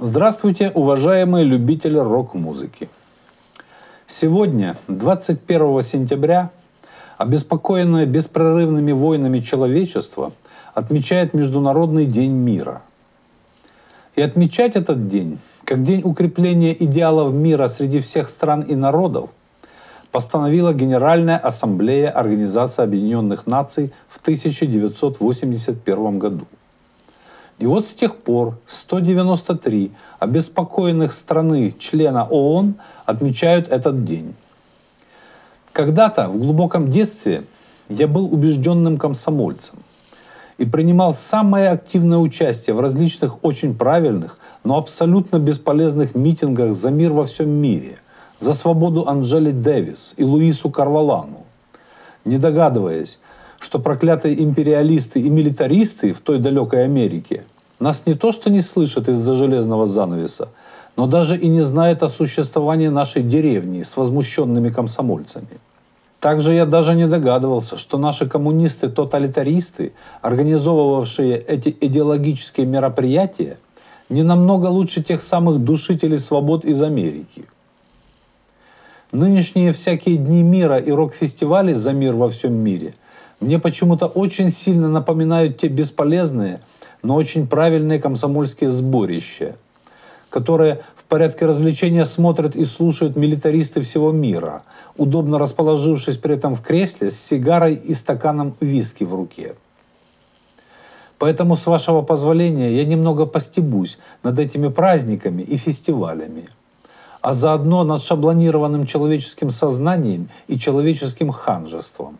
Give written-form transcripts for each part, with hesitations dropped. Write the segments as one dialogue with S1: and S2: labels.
S1: Здравствуйте, уважаемые любители рок-музыки. Сегодня, 21 сентября, обеспокоенное беспрерывными войнами человечество отмечает Международный день мира. И отмечать этот день, как день укрепления идеалов мира среди всех стран и народов, постановила Генеральная Ассамблея Организации Объединенных Наций в 1981 году. И вот с тех пор 193 обеспокоенных страны члена ООН отмечают этот день. Когда-то в глубоком детстве я был убежденным комсомольцем и принимал самое активное участие в различных очень правильных, но абсолютно бесполезных митингах за мир во всем мире, за свободу Анджели Дэвис и Луису Карвалану, не догадываясь, что проклятые империалисты и милитаристы в той далекой Америке нас не то что не слышат из-за железного занавеса, но даже и не знают о существовании нашей деревни с возмущенными комсомольцами. Также я даже не догадывался, что наши коммунисты-тоталитаристы, организовывавшие эти идеологические мероприятия, не намного лучше тех самых душителей свобод из Америки. Нынешние всякие дни мира и рок-фестивали за мир во всем мире мне почему-то очень сильно напоминают те бесполезные, но очень правильные комсомольские сборища, которые в порядке развлечения смотрят и слушают милитаристы всего мира, удобно расположившись при этом в кресле с сигарой и стаканом виски в руке. Поэтому, с вашего позволения, я немного постебусь над этими праздниками и фестивалями, а заодно над шаблонированным человеческим сознанием и человеческим ханжеством.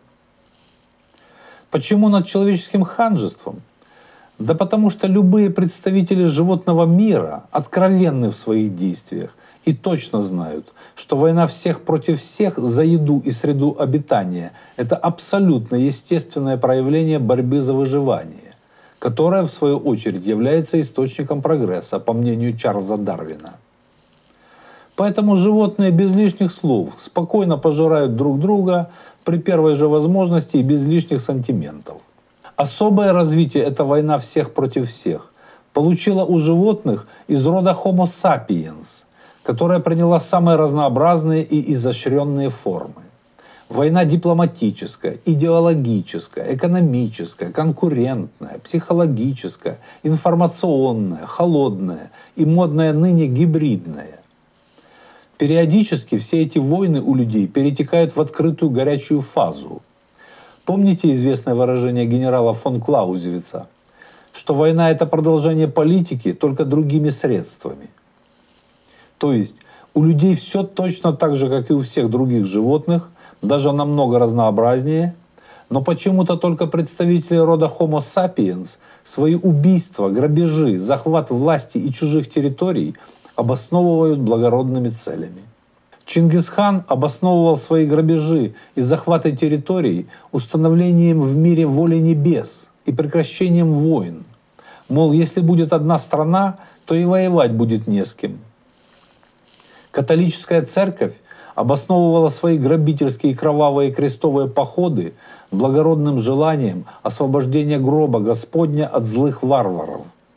S1: Почему над человеческим ханжеством? Да потому что любые представители животного мира откровенны в своих действиях и точно знают, что война всех против всех за еду и среду обитания – это абсолютно естественное проявление борьбы за выживание, которое, в свою очередь, является источником прогресса, по мнению Чарльза Дарвина. Поэтому животные без лишних слов спокойно пожирают друг друга при первой же возможности и без лишних сантиментов. Особое развитие эта война всех против всех получила у животных из рода Homo sapiens, которая приняла самые разнообразные и изощренные формы. Война дипломатическая, идеологическая, экономическая, конкурентная, психологическая, информационная, холодная и модная ныне гибридная. Периодически все эти войны у людей перетекают в открытую горячую фазу. Помните известное выражение генерала фон Клаузевица, что война – это продолжение политики, только другими средствами? То есть у людей все точно так же, как и у всех других животных, даже намного разнообразнее, но почему-то только представители рода Homo sapiens свои убийства, грабежи, захват власти и чужих территорий обосновывают благородными целями. Чингисхан обосновывал свои грабежи и захваты территорий установлением в мире воли небес и прекращением войн. Мол, если будет одна страна, то и воевать будет не с кем. Католическая церковь обосновывала свои грабительские и кровавые крестовые походы благородным желанием освобождения гроба Господня от злых варваров.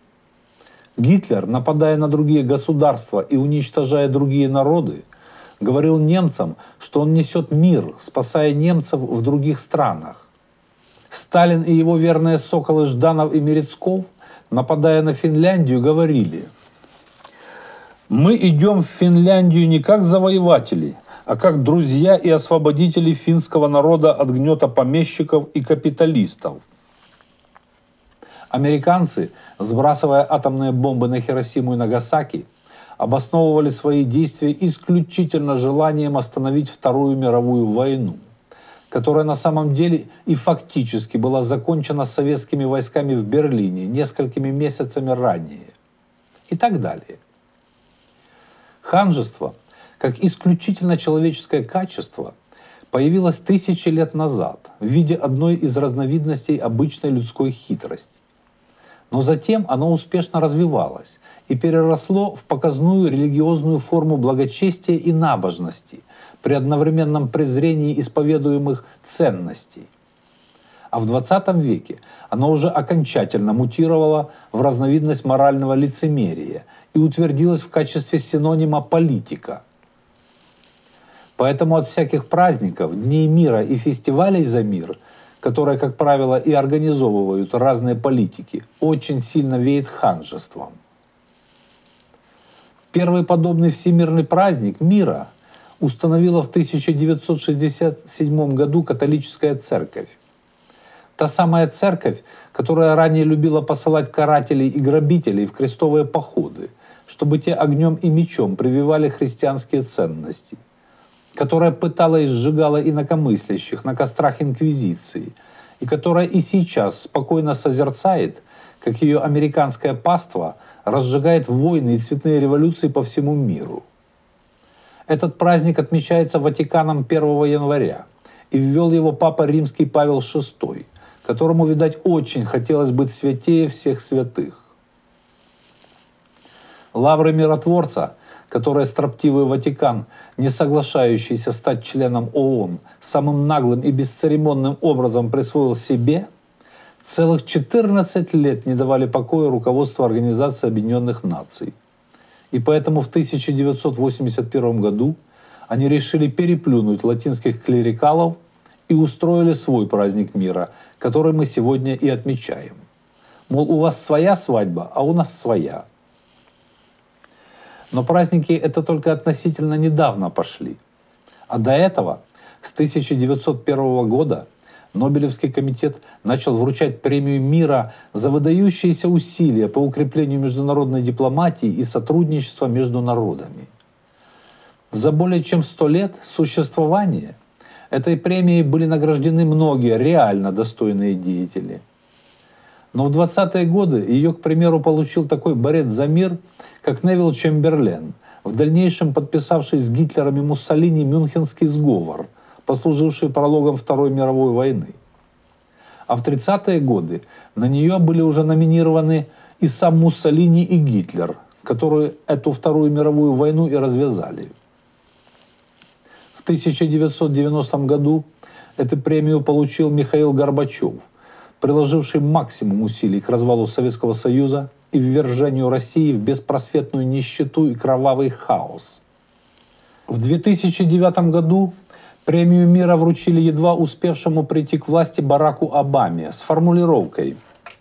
S1: Гитлер, нападая на другие государства и уничтожая другие народы, говорил немцам, что он несет мир, спасая немцев в других странах. Сталин и его верные соколы Жданов и Мерецков, нападая на Финляндию, говорили: «Мы идем в Финляндию не как завоеватели, а как друзья и освободители финского народа от гнета помещиков и капиталистов». Американцы, сбрасывая атомные бомбы на Хиросиму и Нагасаки, обосновывали свои действия исключительно желанием остановить Вторую мировую войну, которая на самом деле и фактически была закончена советскими войсками в Берлине несколькими месяцами ранее. И так далее. Ханжество, как исключительно человеческое качество, появилось тысячи лет назад в виде одной из разновидностей обычной людской хитрости. Но затем оно успешно развивалось и переросло в показную религиозную форму благочестия и набожности при одновременном презрении исповедуемых ценностей. А в 20 веке оно уже окончательно мутировало в разновидность морального лицемерия и утвердилось в качестве синонима «политика». Поэтому от всяких праздников, дней мира и фестивалей за мир, которые, как правило, и организовывают разные политики, очень сильно веет ханжеством. Первый подобный всемирный праздник мира установила в 1967 году католическая церковь. Та самая церковь, которая ранее любила посылать карателей и грабителей в крестовые походы, чтобы те огнем и мечом прививали христианские ценности, которая пытала и сжигала инакомыслящих на кострах инквизиции, и которая и сейчас спокойно созерцает, как ее американское паство разжигает войны и цветные революции по всему миру. Этот праздник отмечается Ватиканом 1 января, и ввел его Папа Римский Павел VI, которому, видать, очень хотелось быть святее всех святых. Лавры миротворца, которые строптивый Ватикан, не соглашающийся стать членом ООН, самым наглым и бесцеремонным образом присвоил себе, целых 14 лет не давали покоя руководству Организации Объединенных Наций. И поэтому в 1981 году они решили переплюнуть латинских клерикалов и устроили свой праздник мира, который мы сегодня и отмечаем. Мол, у вас своя свадьба, а у нас своя. Но праздники это только относительно недавно пошли. А до этого, с 1901 года, Нобелевский комитет начал вручать премию мира за выдающиеся усилия по укреплению международной дипломатии и сотрудничества между народами. За более чем 100 лет существования этой премией были награждены многие реально достойные деятели. Но в 20-е годы ее, к примеру, получил такой борец за мир, как Невилл Чемберлен, в дальнейшем подписавший с Гитлером и Муссолини Мюнхенский сговор, послуживший прологом Второй мировой войны. А в 30-е годы на нее были уже номинированы и сам Муссолини, и Гитлер, которые эту Вторую мировую войну и развязали. В 1990 году эту премию получил Михаил Горбачев, приложивший максимум усилий к развалу Советского Союза и ввержению России в беспросветную нищету и кровавый хаос. В 2009 году премию мира вручили едва успевшему прийти к власти Бараку Обаме с формулировкой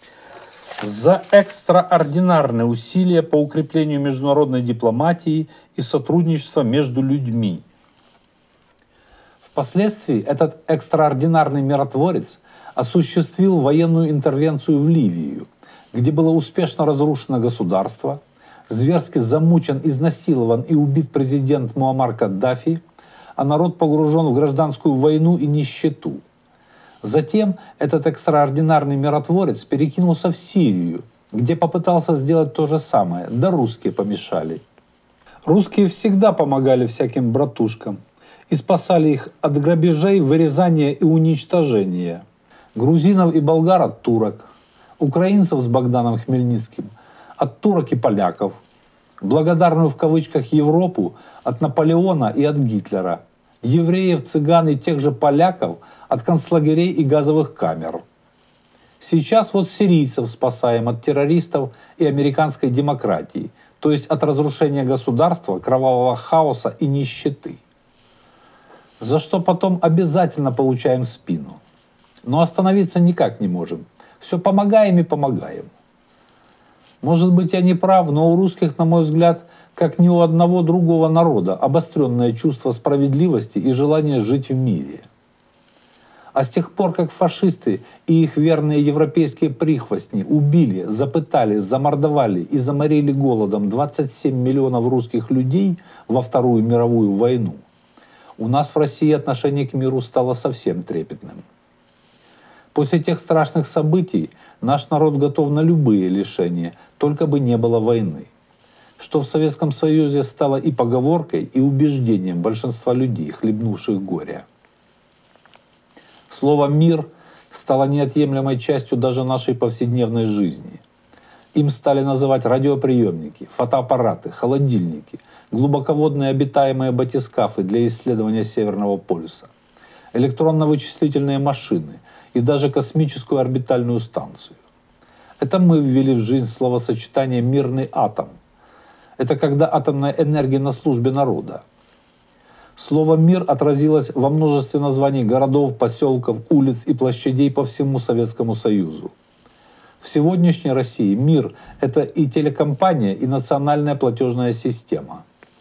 S1: «За экстраординарные усилия по укреплению международной дипломатии и сотрудничества между людьми». Впоследствии этот экстраординарный миротворец осуществил военную интервенцию в Ливию, где было успешно разрушено государство, зверски замучен, изнасилован и убит президент Муаммар Каддафи, а народ погружен в гражданскую войну и нищету. Затем этот экстраординарный миротворец перекинулся в Сирию, где попытался сделать то же самое, да русские помешали. Русские всегда помогали всяким братушкам и спасали их от грабежей, вырезания и уничтожения. Грузинов и болгар от турок, украинцев с Богданом Хмельницким от турок и поляков, благодарную в кавычках Европу от Наполеона и от Гитлера, евреев, цыган и тех же поляков от концлагерей и газовых камер. Сейчас вот сирийцев спасаем от террористов и американской демократии, то есть от разрушения государства, кровавого хаоса и нищеты. За что потом обязательно получаем спину. Но остановиться никак не можем. Все помогаем и помогаем. Может быть, я не прав, но у русских, на мой взгляд, как ни у одного другого народа, обостренное чувство справедливости и желание жить в мире. А с тех пор, как фашисты и их верные европейские прихвостни убили, запытали, замордовали и заморили голодом 27 миллионов русских людей во Вторую мировую войну, у нас в России отношение к миру стало совсем трепетным. После тех страшных событий наш народ готов на любые лишения, только бы не было войны. Что в Советском Союзе стало и поговоркой, и убеждением большинства людей, хлебнувших горя. Слово «мир» стало неотъемлемой частью даже нашей повседневной жизни. Им стали называть радиоприемники, фотоаппараты, холодильники, глубоководные обитаемые батискафы для исследования Северного полюса, электронно-вычислительные машины и даже космическую орбитальную станцию. Это мы ввели в жизнь словосочетание «мирный атом». Это когда атомная энергия на службе народа. Слово «мир» отразилось во множестве названий городов, поселков, улиц и площадей по всему Советскому Союзу. В сегодняшней России мир – это и телекомпания, и национальная платежная система.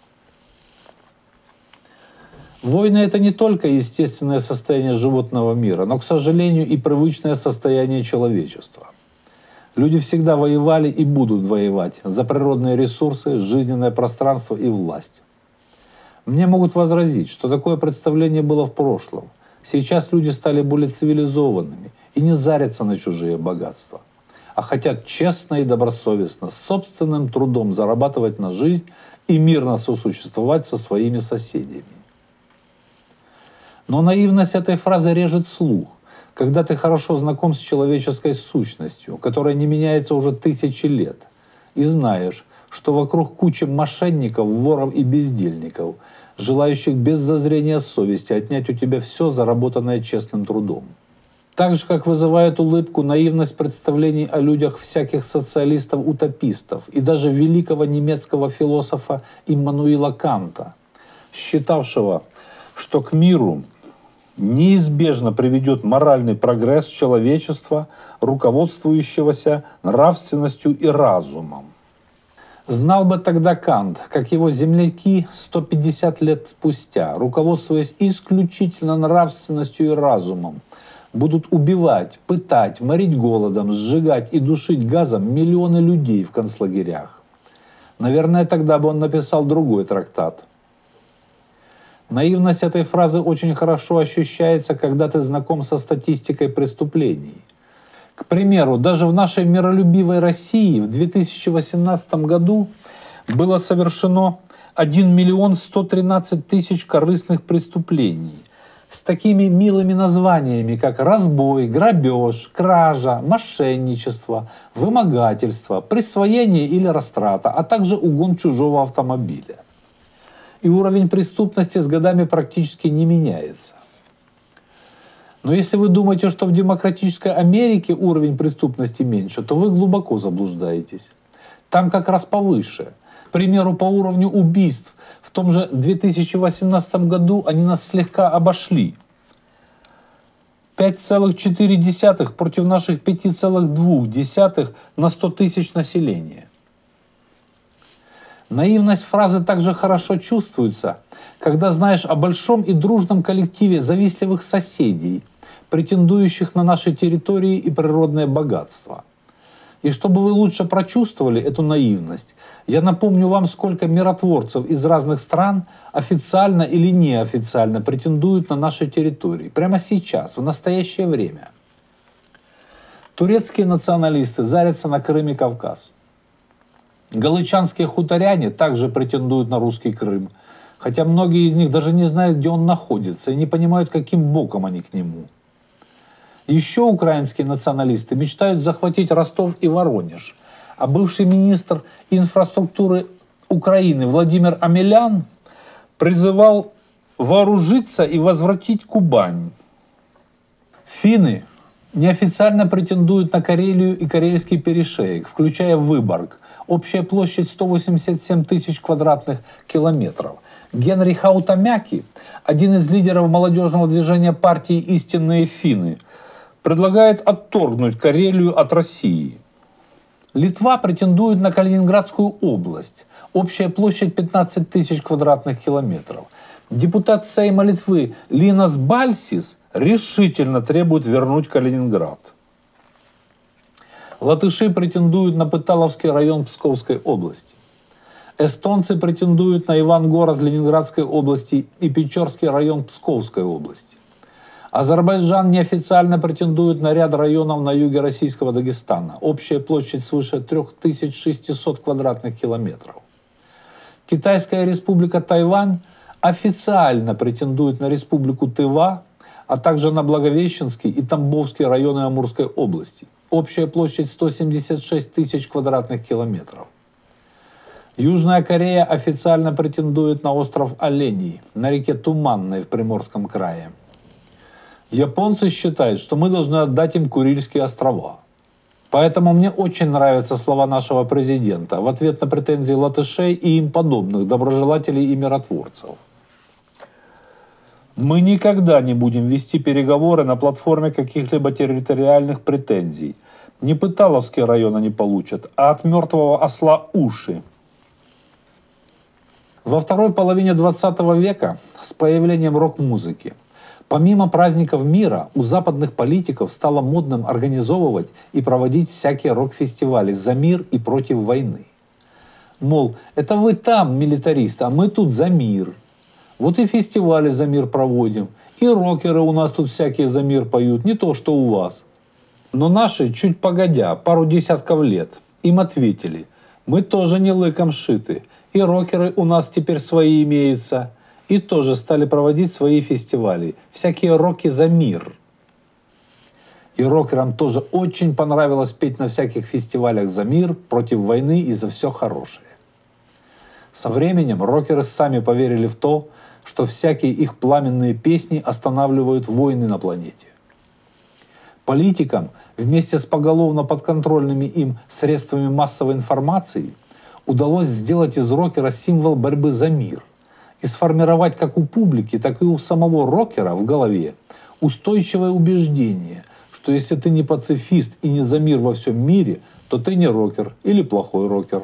S1: Войны – это не только естественное состояние животного мира, но, к сожалению, и привычное состояние человечества. Люди всегда воевали и будут воевать за природные ресурсы, жизненное пространство и власть. Мне могут возразить, что такое представление было в прошлом. Сейчас люди стали более цивилизованными и не зарятся на чужие богатства, а хотят честно и добросовестно, с собственным трудом зарабатывать на жизнь и мирно сосуществовать со своими соседями. Но наивность этой фразы режет слух, когда ты хорошо знаком с человеческой сущностью, которая не меняется уже тысячи лет, и знаешь, что вокруг куча мошенников, воров и бездельников, желающих без зазрения совести отнять у тебя все, заработанное честным трудом. Так же, как вызывает улыбку наивность представлений о людях всяких социалистов-утопистов и даже великого немецкого философа Иммануила Канта, считавшего, что к миру неизбежно приведет моральный прогресс человечества, руководствующегося нравственностью и разумом. Знал бы тогда Кант, как его земляки 150 лет спустя, руководствуясь исключительно нравственностью и разумом, будут убивать, пытать, морить голодом, сжигать и душить газом миллионы людей в концлагерях. Наверное, тогда бы он написал другой трактат. Наивность этой фразы очень хорошо ощущается, когда ты знаком со статистикой преступлений. К примеру, даже в нашей миролюбивой России в 2018 году было совершено 1 миллион 113 тысяч корыстных преступлений с такими милыми названиями, как разбой, грабеж, кража, мошенничество, вымогательство, присвоение или растрата, а также угон чужого автомобиля. И уровень преступности с годами практически не меняется. Но если вы думаете, что в демократической Америке уровень преступности меньше, то вы глубоко заблуждаетесь. Там как раз повыше. К примеру, по уровню убийств в том же 2018 году они нас слегка обошли. 5,4 против наших 5,2 на 100 тысяч населения. Наивность фразы также хорошо чувствуется, когда знаешь о большом и дружном коллективе завистливых соседей, претендующих на наши территории и природное богатство. И чтобы вы лучше прочувствовали эту наивность, я напомню вам, сколько миротворцев из разных стран официально или неофициально претендуют на наши территории. Прямо сейчас, в настоящее время. Турецкие националисты зарятся на Крым и Кавказ. Галичанские хуторяне также претендуют на русский Крым, хотя многие из них даже не знают, где он находится, и не понимают, каким боком они к нему. Еще украинские националисты мечтают захватить Ростов и Воронеж, а бывший министр инфраструктуры Украины Владимир Омелян призывал вооружиться и возвратить Кубань. Финны неофициально претендуют на Карелию и Карельский перешеек, включая Выборг. Общая площадь 187 тысяч квадратных километров. Генри Хаутамяки, один из лидеров молодежного движения партии «Истинные финны», предлагает отторгнуть Карелию от России. Литва претендует на Калининградскую область. Общая площадь 15 тысяч квадратных километров. Депутат Сейма Литвы Линас Бальсис решительно требует вернуть Калининград. Латыши претендуют на Пыталовский район Псковской области. Эстонцы претендуют на Ивангород Ленинградской области и Печорский район Псковской области. Азербайджан неофициально претендует на ряд районов на юге российского Дагестана. Общая площадь свыше 3600 квадратных километров. Китайская республика Тайвань официально претендует на республику Тыва, а также на Благовещенский и Тамбовский районы Амурской области. Общая площадь 176 тысяч квадратных километров. Южная Корея официально претендует на остров Оленей на реке Туманной в Приморском крае. Японцы считают, что мы должны отдать им Курильские острова. Поэтому мне очень нравятся слова нашего президента в ответ на претензии латышей и им подобных доброжелателей и миротворцев. Мы никогда не будем вести переговоры на платформе каких-либо территориальных претензий. Не Пыталовский район они получат, а от мертвого осла уши. Во второй половине 20 века с появлением рок-музыки, помимо праздников мира, у западных политиков стало модным организовывать и проводить всякие рок-фестивали за мир и против войны. Мол, это вы там, милитаристы, а мы тут за мир. Вот и фестивали за мир проводим, и рокеры у нас тут всякие за мир поют, не то что у вас. Но наши, чуть погодя, пару десятков лет, им ответили: мы тоже не лыком шиты, и рокеры у нас теперь свои имеются, и тоже стали проводить свои фестивали, всякие роки за мир. И рокерам тоже очень понравилось петь на всяких фестивалях за мир, против войны и за все хорошее. Со временем рокеры сами поверили в то, что всякие их пламенные песни останавливают войны на планете. Политикам вместе с поголовно подконтрольными им средствами массовой информации удалось сделать из рокера символ борьбы за мир и сформировать как у публики, так и у самого рокера в голове устойчивое убеждение, что если ты не пацифист и не за мир во всем мире, то ты не рокер или плохой рокер.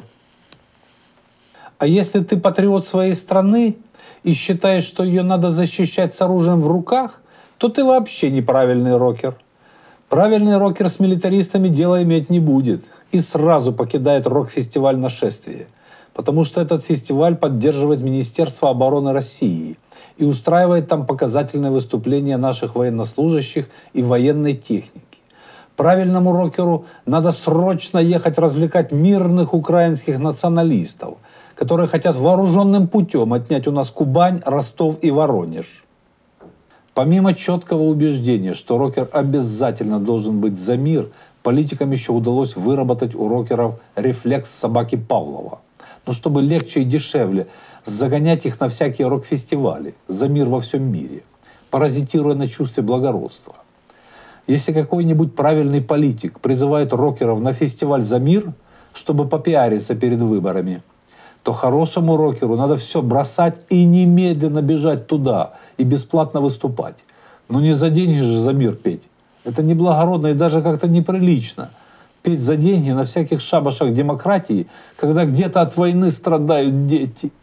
S1: А если ты патриот своей страны и считаешь, что ее надо защищать с оружием в руках, то ты вообще неправильный рокер. Правильный рокер с милитаристами дела иметь не будет и сразу покидает рок-фестиваль «Нашествие», потому что этот фестиваль поддерживает Министерство обороны России и устраивает там показательные выступления наших военнослужащих и военной техники. Правильному рокеру надо срочно ехать развлекать мирных украинских националистов, которые хотят вооруженным путем отнять у нас Кубань, Ростов и Воронеж. Помимо четкого убеждения, что рокер обязательно должен быть за мир, политикам еще удалось выработать у рокеров рефлекс собаки Павлова. Но чтобы легче и дешевле загонять их на всякие рок-фестивали за мир во всем мире, паразитируя на чувстве благородства. Если какой-нибудь правильный политик призывает рокеров на фестиваль за мир, чтобы попиариться перед выборами, то хорошему рокеру надо все бросать и немедленно бежать туда и бесплатно выступать. Но не за деньги же за мир петь. Это неблагородно и даже как-то неприлично. Петь за деньги на всяких шабашах демократии, когда где-то от войны страдают дети.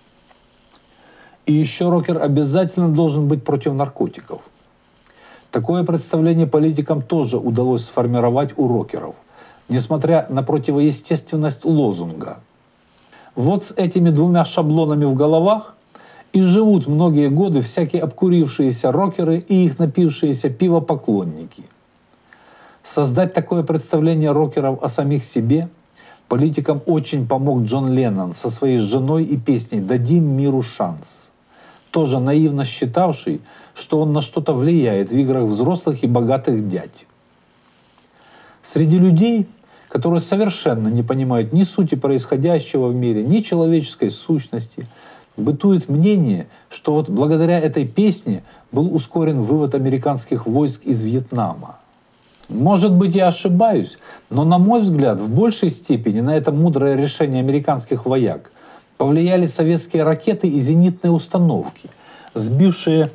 S1: И еще рокер обязательно должен быть против наркотиков. Такое представление политикам тоже удалось сформировать у рокеров, несмотря на противоестественность лозунга. Вот с этими двумя шаблонами в головах и живут многие годы всякие обкурившиеся рокеры и их напившиеся пива поклонники. Создать такое представление рокеров о самих себе политикам очень помог Джон Леннон со своей женой и песней «Дадим миру шанс», тоже наивно считавший, что он на что-то влияет в играх взрослых и богатых дядь. Среди людей, которые совершенно не понимают ни сути происходящего в мире, ни человеческой сущности, бытует мнение, что вот благодаря этой песне был ускорен вывод американских войск из Вьетнама. Может быть, я ошибаюсь, но, на мой взгляд, в большей степени на это мудрое решение американских вояк повлияли советские ракеты и зенитные установки, сбившие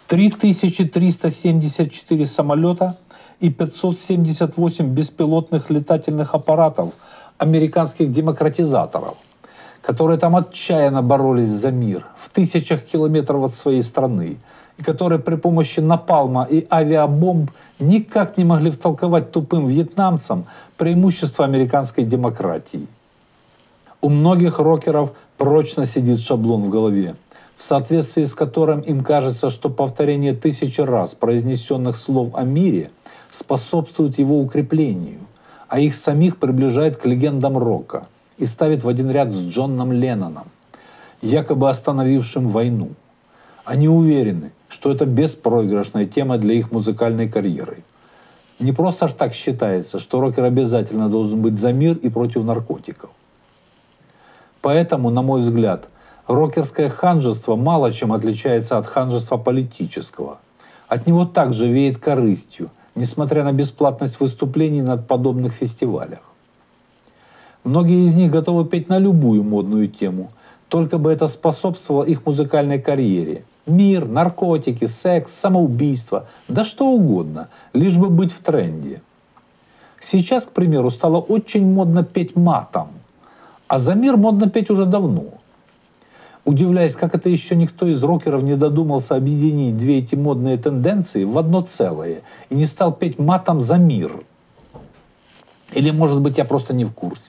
S1: 3374 самолета и 578 беспилотных летательных аппаратов американских демократизаторов, которые там отчаянно боролись за мир в тысячах километров от своей страны, и которые при помощи напалма и авиабомб никак не могли втолковать тупым вьетнамцам преимущество американской демократии. У многих рокеров прочно сидит шаблон в голове, в соответствии с которым им кажется, что повторение 1000 раз произнесенных слов о мире способствует его укреплению, а их самих приближает к легендам рока и ставит в один ряд с Джоном Ленноном, якобы остановившим войну. Они уверены, что это беспроигрышная тема для их музыкальной карьеры. Не просто так считается, что рокер обязательно должен быть за мир и против наркотиков. Поэтому, на мой взгляд, рокерское ханжество мало чем отличается от ханжества политического. От него также веет корыстью, несмотря на бесплатность выступлений на подобных фестивалях. Многие из них готовы петь на любую модную тему, только бы это способствовало их музыкальной карьере. Мир, наркотики, секс, самоубийство, да что угодно, лишь бы быть в тренде. Сейчас, к примеру, стало очень модно петь матом, а за мир модно петь уже давно. Удивляясь, как это еще никто из рокеров не додумался объединить две эти модные тенденции в одно целое и не стал петь матом за мир. Или, может быть, я просто не в курсе.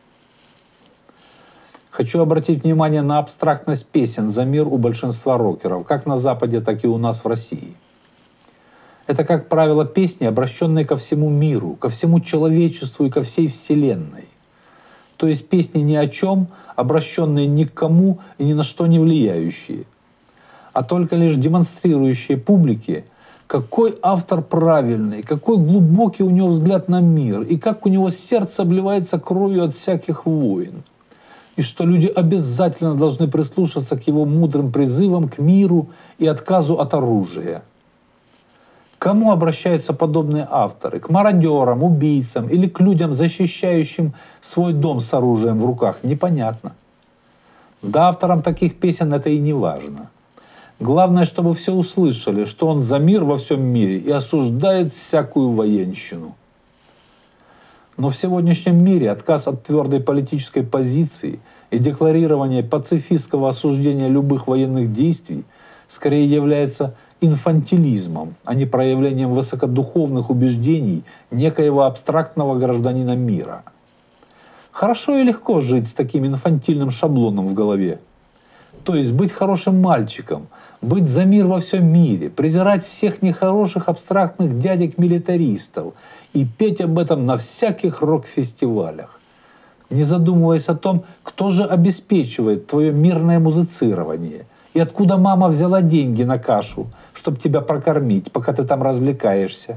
S1: Хочу обратить внимание на абстрактность песен за мир у большинства рокеров, как на Западе, так и у нас в России. Это, как правило, песни, обращенные ко всему миру, ко всему человечеству и ко всей Вселенной. То есть песни ни о чем, обращенные ни к кому и ни на что не влияющие, а только лишь демонстрирующие публике, какой автор правильный, какой глубокий у него взгляд на мир и как у него сердце обливается кровью от всяких войн. И что люди обязательно должны прислушаться к его мудрым призывам к миру и отказу от оружия. К кому обращаются подобные авторы? К мародерам, убийцам или к людям, защищающим свой дом с оружием в руках? Непонятно. Да, авторам таких песен это и не важно. Главное, чтобы все услышали, что он за мир во всем мире и осуждает всякую военщину. Но в сегодняшнем мире отказ от твердой политической позиции и декларирование пацифистского осуждения любых военных действий скорее является инфантилизмом, а не проявлением высокодуховных убеждений некоего абстрактного гражданина мира. Хорошо и легко жить с таким инфантильным шаблоном в голове. То есть быть хорошим мальчиком, быть за мир во всем мире, презирать всех нехороших абстрактных дядек-милитаристов и петь об этом на всяких рок-фестивалях, не задумываясь о том, кто же обеспечивает твое мирное музицирование и откуда мама взяла деньги на кашу, чтобы тебя прокормить, пока ты там развлекаешься.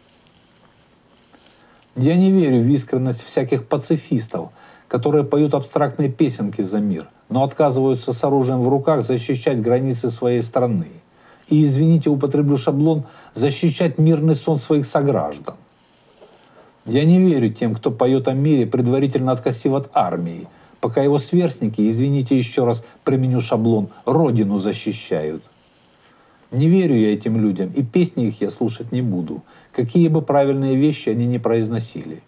S1: Я не верю в искренность всяких пацифистов, которые поют абстрактные песенки за мир, но отказываются с оружием в руках защищать границы своей страны. И, извините, употреблю шаблон, защищать мирный сон своих сограждан. Я не верю тем, кто поет о мире, предварительно откосив от армии, пока его сверстники, извините еще раз, применю шаблон, родину защищают. Не верю я этим людям, и песни их я слушать не буду, какие бы правильные вещи они ни произносили.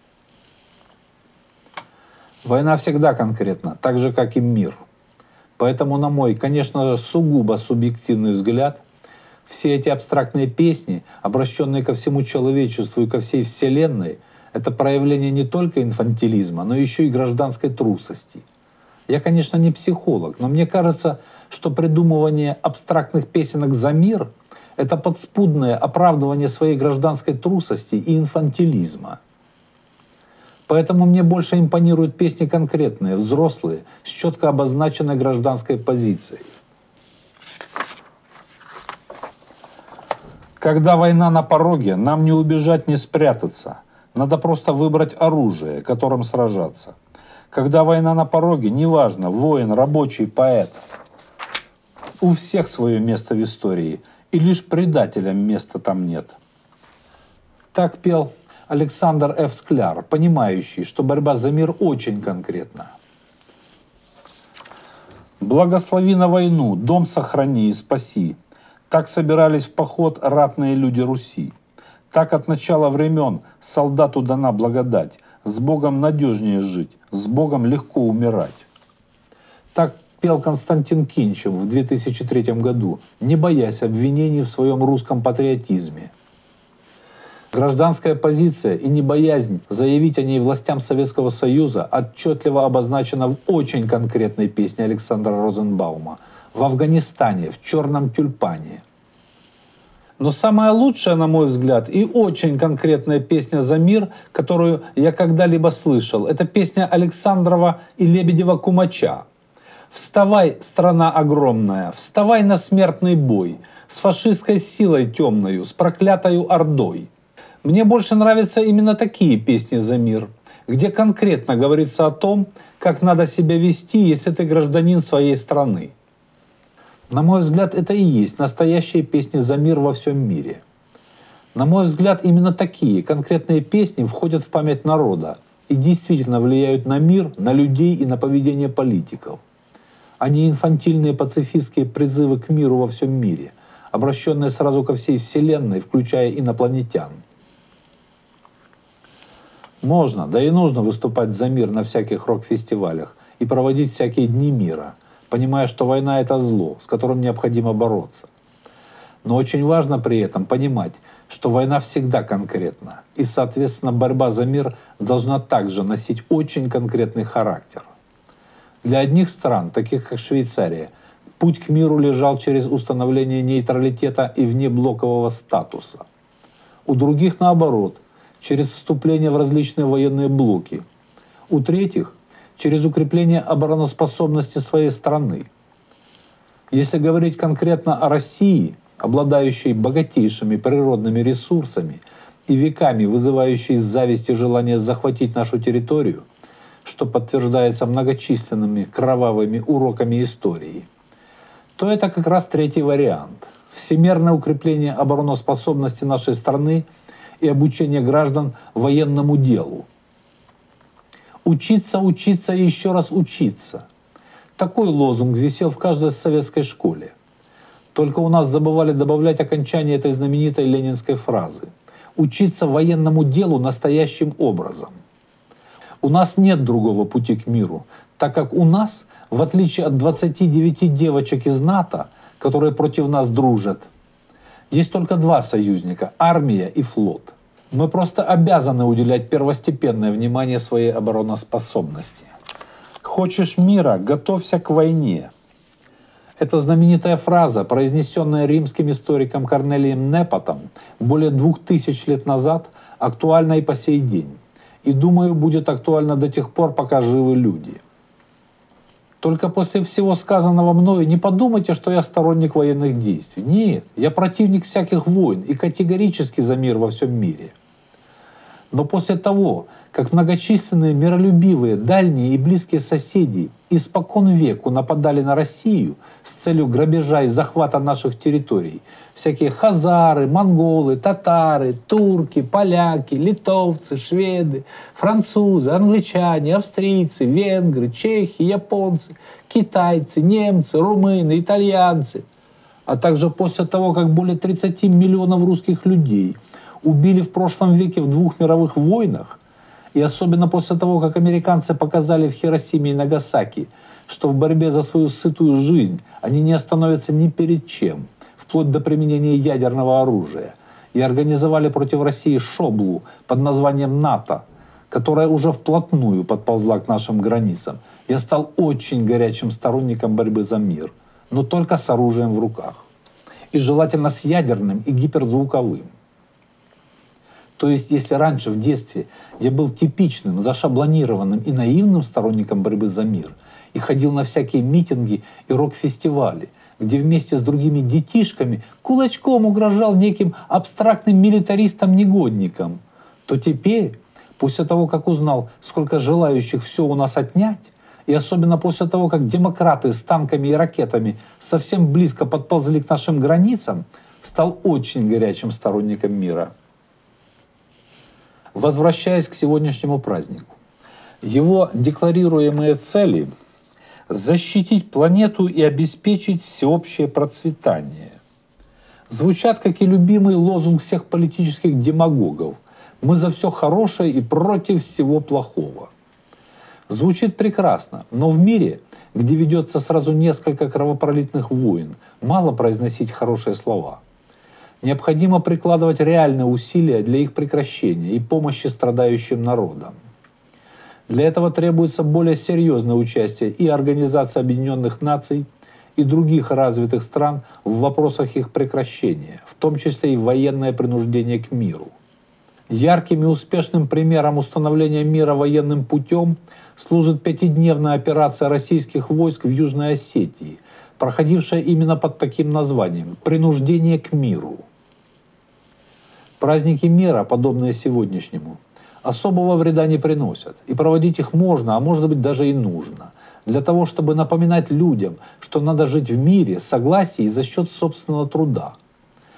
S1: Война всегда конкретна, так же, как и мир. Поэтому, на мой, конечно, сугубо субъективный взгляд, все эти абстрактные песни, обращенные ко всему человечеству и ко всей Вселенной, это проявление не только инфантилизма, но еще и гражданской трусости. Я, конечно, не психолог, но мне кажется, что придумывание абстрактных песенок за мир — это подспудное оправдывание своей гражданской трусости и инфантилизма. Поэтому мне больше импонируют песни конкретные, взрослые, с четко обозначенной гражданской позицией. Когда война на пороге, нам не убежать, не спрятаться. Надо просто выбрать оружие, которым сражаться. Когда война на пороге, неважно, воин, рабочий, поэт. У всех свое место в истории, и лишь предателям места там нет. Так пел Александр Ф. Скляр, понимающий, что борьба за мир очень конкретна. «Благослови на войну, дом сохрани и спаси. Так собирались в поход ратные люди Руси. Так от начала времен солдату дана благодать. С Богом надежнее жить, с Богом легко умирать». Так пел Константин Кинчев в 2003 году, не боясь обвинений в своем русском патриотизме. Гражданская позиция и небоязнь заявить о ней властям Советского Союза отчетливо обозначена в очень конкретной песне Александра Розенбаума «В Афганистане, в черном тюльпане». Но самая лучшая, на мой взгляд, и очень конкретная песня «За мир», которую я когда-либо слышал, это песня Александрова и Лебедева-Кумача. «Вставай, страна огромная, вставай на смертный бой, с фашистской силой темною, с проклятою ордой». Мне больше нравятся именно такие песни «За мир», где конкретно говорится о том, как надо себя вести, если ты гражданин своей страны. На мой взгляд, это и есть настоящие песни «За мир во всем мире». На мой взгляд, именно такие конкретные песни входят в память народа и действительно влияют на мир, на людей и на поведение политиков, а не инфантильные пацифистские призывы к миру во всем мире, обращенные сразу ко всей Вселенной, включая инопланетян. Можно, да и нужно выступать за мир на всяких рок-фестивалях и проводить всякие дни мира, понимая, что война — это зло, с которым необходимо бороться. Но очень важно при этом понимать, что война всегда конкретна, и, соответственно, борьба за мир должна также носить очень конкретный характер. Для одних стран, таких как Швейцария, путь к миру лежал через установление нейтралитета и внеблокового статуса. У других, наоборот, через вступление в различные военные блоки. У третьих — через укрепление обороноспособности своей страны. Если говорить конкретно о России, обладающей богатейшими природными ресурсами и веками вызывающей зависть и желание захватить нашу территорию, что подтверждается многочисленными кровавыми уроками истории, то это как раз третий вариант — всемерное укрепление обороноспособности нашей страны и обучение граждан военному делу. Учиться, учиться и еще раз учиться. Такой лозунг висел в каждой советской школе. Только у нас забывали добавлять окончание этой знаменитой ленинской фразы: учиться военному делу настоящим образом. У нас нет другого пути к миру, так как у нас, в отличие от 29 девочек из НАТО, которые против нас дружат, есть только два союзника — армия и флот. Мы просто обязаны уделять первостепенное внимание своей обороноспособности. «Хочешь мира — готовься к войне». Эта знаменитая фраза, произнесенная римским историком Корнелием Непотом более 2000 лет назад, актуальна и по сей день. И, думаю, будет актуальна до тех пор, пока живы люди. Только после всего сказанного мною не подумайте, что я сторонник военных действий. Нет, я противник всяких войн и категорически за мир во всем мире. Но после того, как многочисленные миролюбивые дальние и близкие соседи испокон веку нападали на Россию с целью грабежа и захвата наших территорий, всякие хазары, монголы, татары, турки, поляки, литовцы, шведы, французы, англичане, австрийцы, венгры, чехи, японцы, китайцы, немцы, румыны, итальянцы, а также после того, как более 30 миллионов русских людей убили в прошлом веке в 2 мировых войнах, и особенно после того, как американцы показали в Хиросиме и Нагасаки, что в борьбе за свою сытую жизнь они не остановятся ни перед чем, вплоть до применения ядерного оружия, и организовали против России шоблу под названием НАТО, которая уже вплотную подползла к нашим границам, я стал очень горячим сторонником борьбы за мир, но только с оружием в руках. И желательно с ядерным и гиперзвуковым. То есть, если раньше в детстве я был типичным, зашаблонированным и наивным сторонником борьбы за мир и ходил на всякие митинги и рок-фестивали, где вместе с другими детишками кулачком угрожал неким абстрактным милитаристам-негодникам, то теперь, после того, как узнал, сколько желающих все у нас отнять, и особенно после того, как демократы с танками и ракетами совсем близко подползли к нашим границам, стал очень горячим сторонником мира. Возвращаясь к сегодняшнему празднику, его декларируемые цели — защитить планету и обеспечить всеобщее процветание. Звучат как и любимый лозунг всех политических демагогов: «Мы за все хорошее и против всего плохого». Звучит прекрасно, но в мире, где ведется сразу несколько кровопролитных войн, мало произносить хорошие слова. Необходимо прикладывать реальные усилия для их прекращения и помощи страдающим народам. Для этого требуется более серьезное участие и Организации Объединенных Наций, и других развитых стран в вопросах их прекращения, в том числе и военное принуждение к миру. Ярким и успешным примером установления мира военным путем служит 5-дневная операция российских войск в Южной Осетии, проходившая именно под таким названием — «Принуждение к миру». Праздники мира, подобные сегодняшнему, особого вреда не приносят, и проводить их можно, а может быть даже и нужно, для того, чтобы напоминать людям, что надо жить в мире, согласии и за счет собственного труда.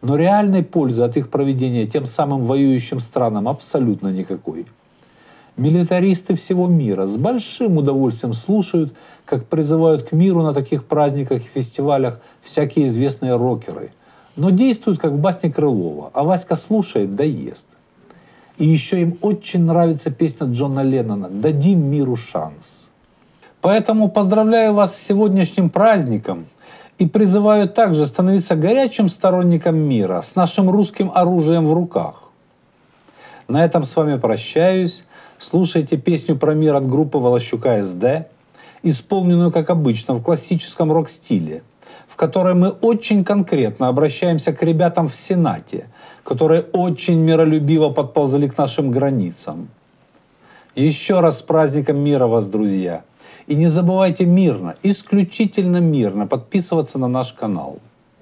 S1: но реальной пользы от их проведения тем самым воюющим странам абсолютно никакой. Милитаристы всего мира с большим удовольствием слушают, как призывают к миру на таких праздниках и фестивалях всякие известные рокеры, но действуют как в басне Крылова, а Васька слушает да ест. И еще им очень нравится песня Джона Леннона «Дадим миру шанс». Поэтому поздравляю вас с сегодняшним праздником и призываю также становиться горячим сторонником мира с нашим русским оружием в руках. На этом с вами прощаюсь. Слушайте песню про мир от группы Волощука СД, исполненную, как обычно, в классическом рок-стиле, в которой мы очень конкретно обращаемся к ребятам в Сенате, которые очень миролюбиво подползли к нашим границам. Еще раз с праздником мира вас, друзья! И не забывайте мирно, исключительно мирно подписываться на наш канал.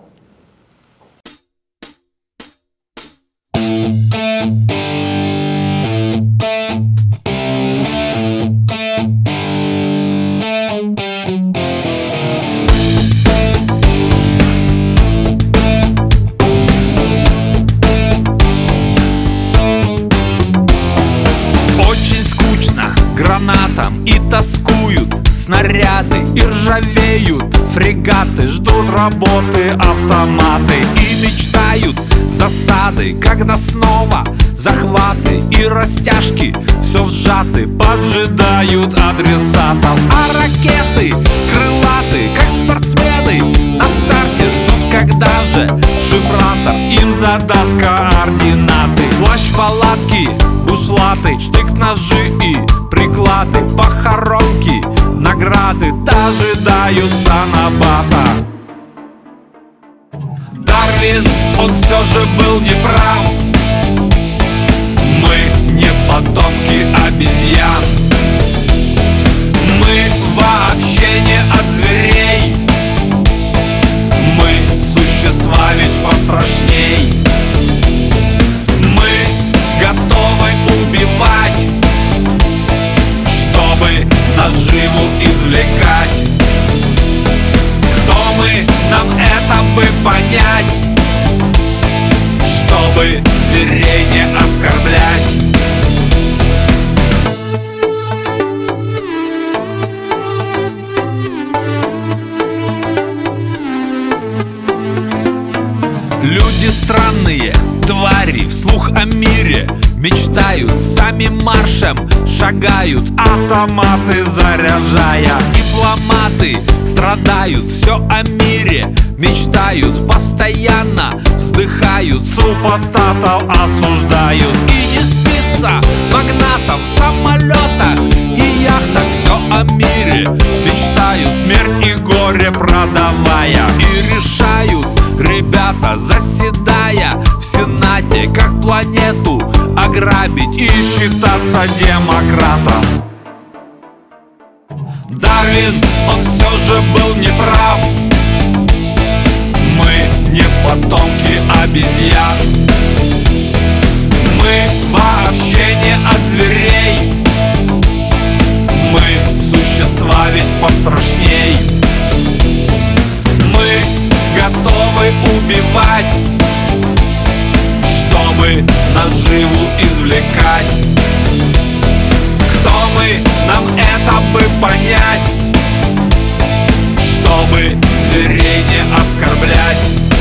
S2: Гранатам и тоскуют снаряды, и ржавеют фрегаты, ждут работы автоматы и мечтают засады, когда снова захваты и растяжки все сжаты, поджидают адресатов. А ракеты крылаты, как спортсмены, на старте ждут, когда же шифратор им задаст координаты. Плащ-палатки, бушлаты, штык-ножи и приклады, похоронки, награды дожидаются набата. Дарвин, он все же был неправ. Мы не потомки обезьян. Мы вообще не от зверей. Мы существа ведь пострашней. Мы готовы убивать, чтобы наживу извлекать. Кто мы, нам это бы понять, чтобы зверей не оскорблять. Люди странные, твари, вслух о мире мечтают, сами маршем шагают, автоматы заряжая. Дипломаты страдают, все о мире мечтают, постоянно вздыхают, супостатов осуждают. И не спится магнатам в самолетах и яхтах, все о мире мечтают, смерть и горе продавая. И решают ребята, заседая в Сенате, как планету ограбить и считаться демократом. Дарвин, он все же был неправ. Мы не потомки обезьян. Мы вообще не от зверей. Мы существа ведь пострашней. Мы готовы убивать, чтобы наживу извлекать. Кто мы, нам это бы понять, чтобы зверей не оскорблять.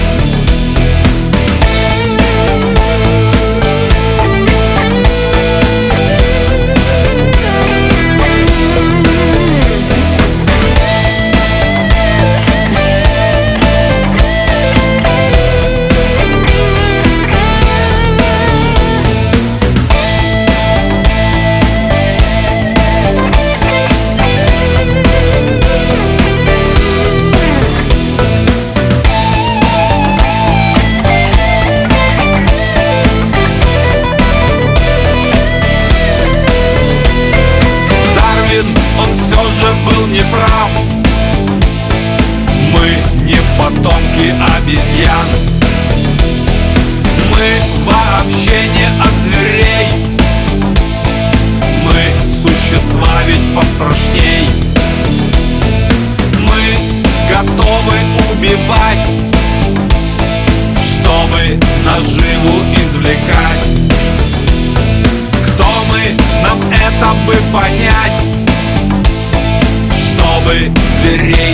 S2: Неправ. Мы не потомки обезьян. Мы вообще не от зверей. Мы существа ведь пострашней. Мы готовы убивать, чтобы наживу извлекать. Кто мы, нам это бы понять, чтобы зверей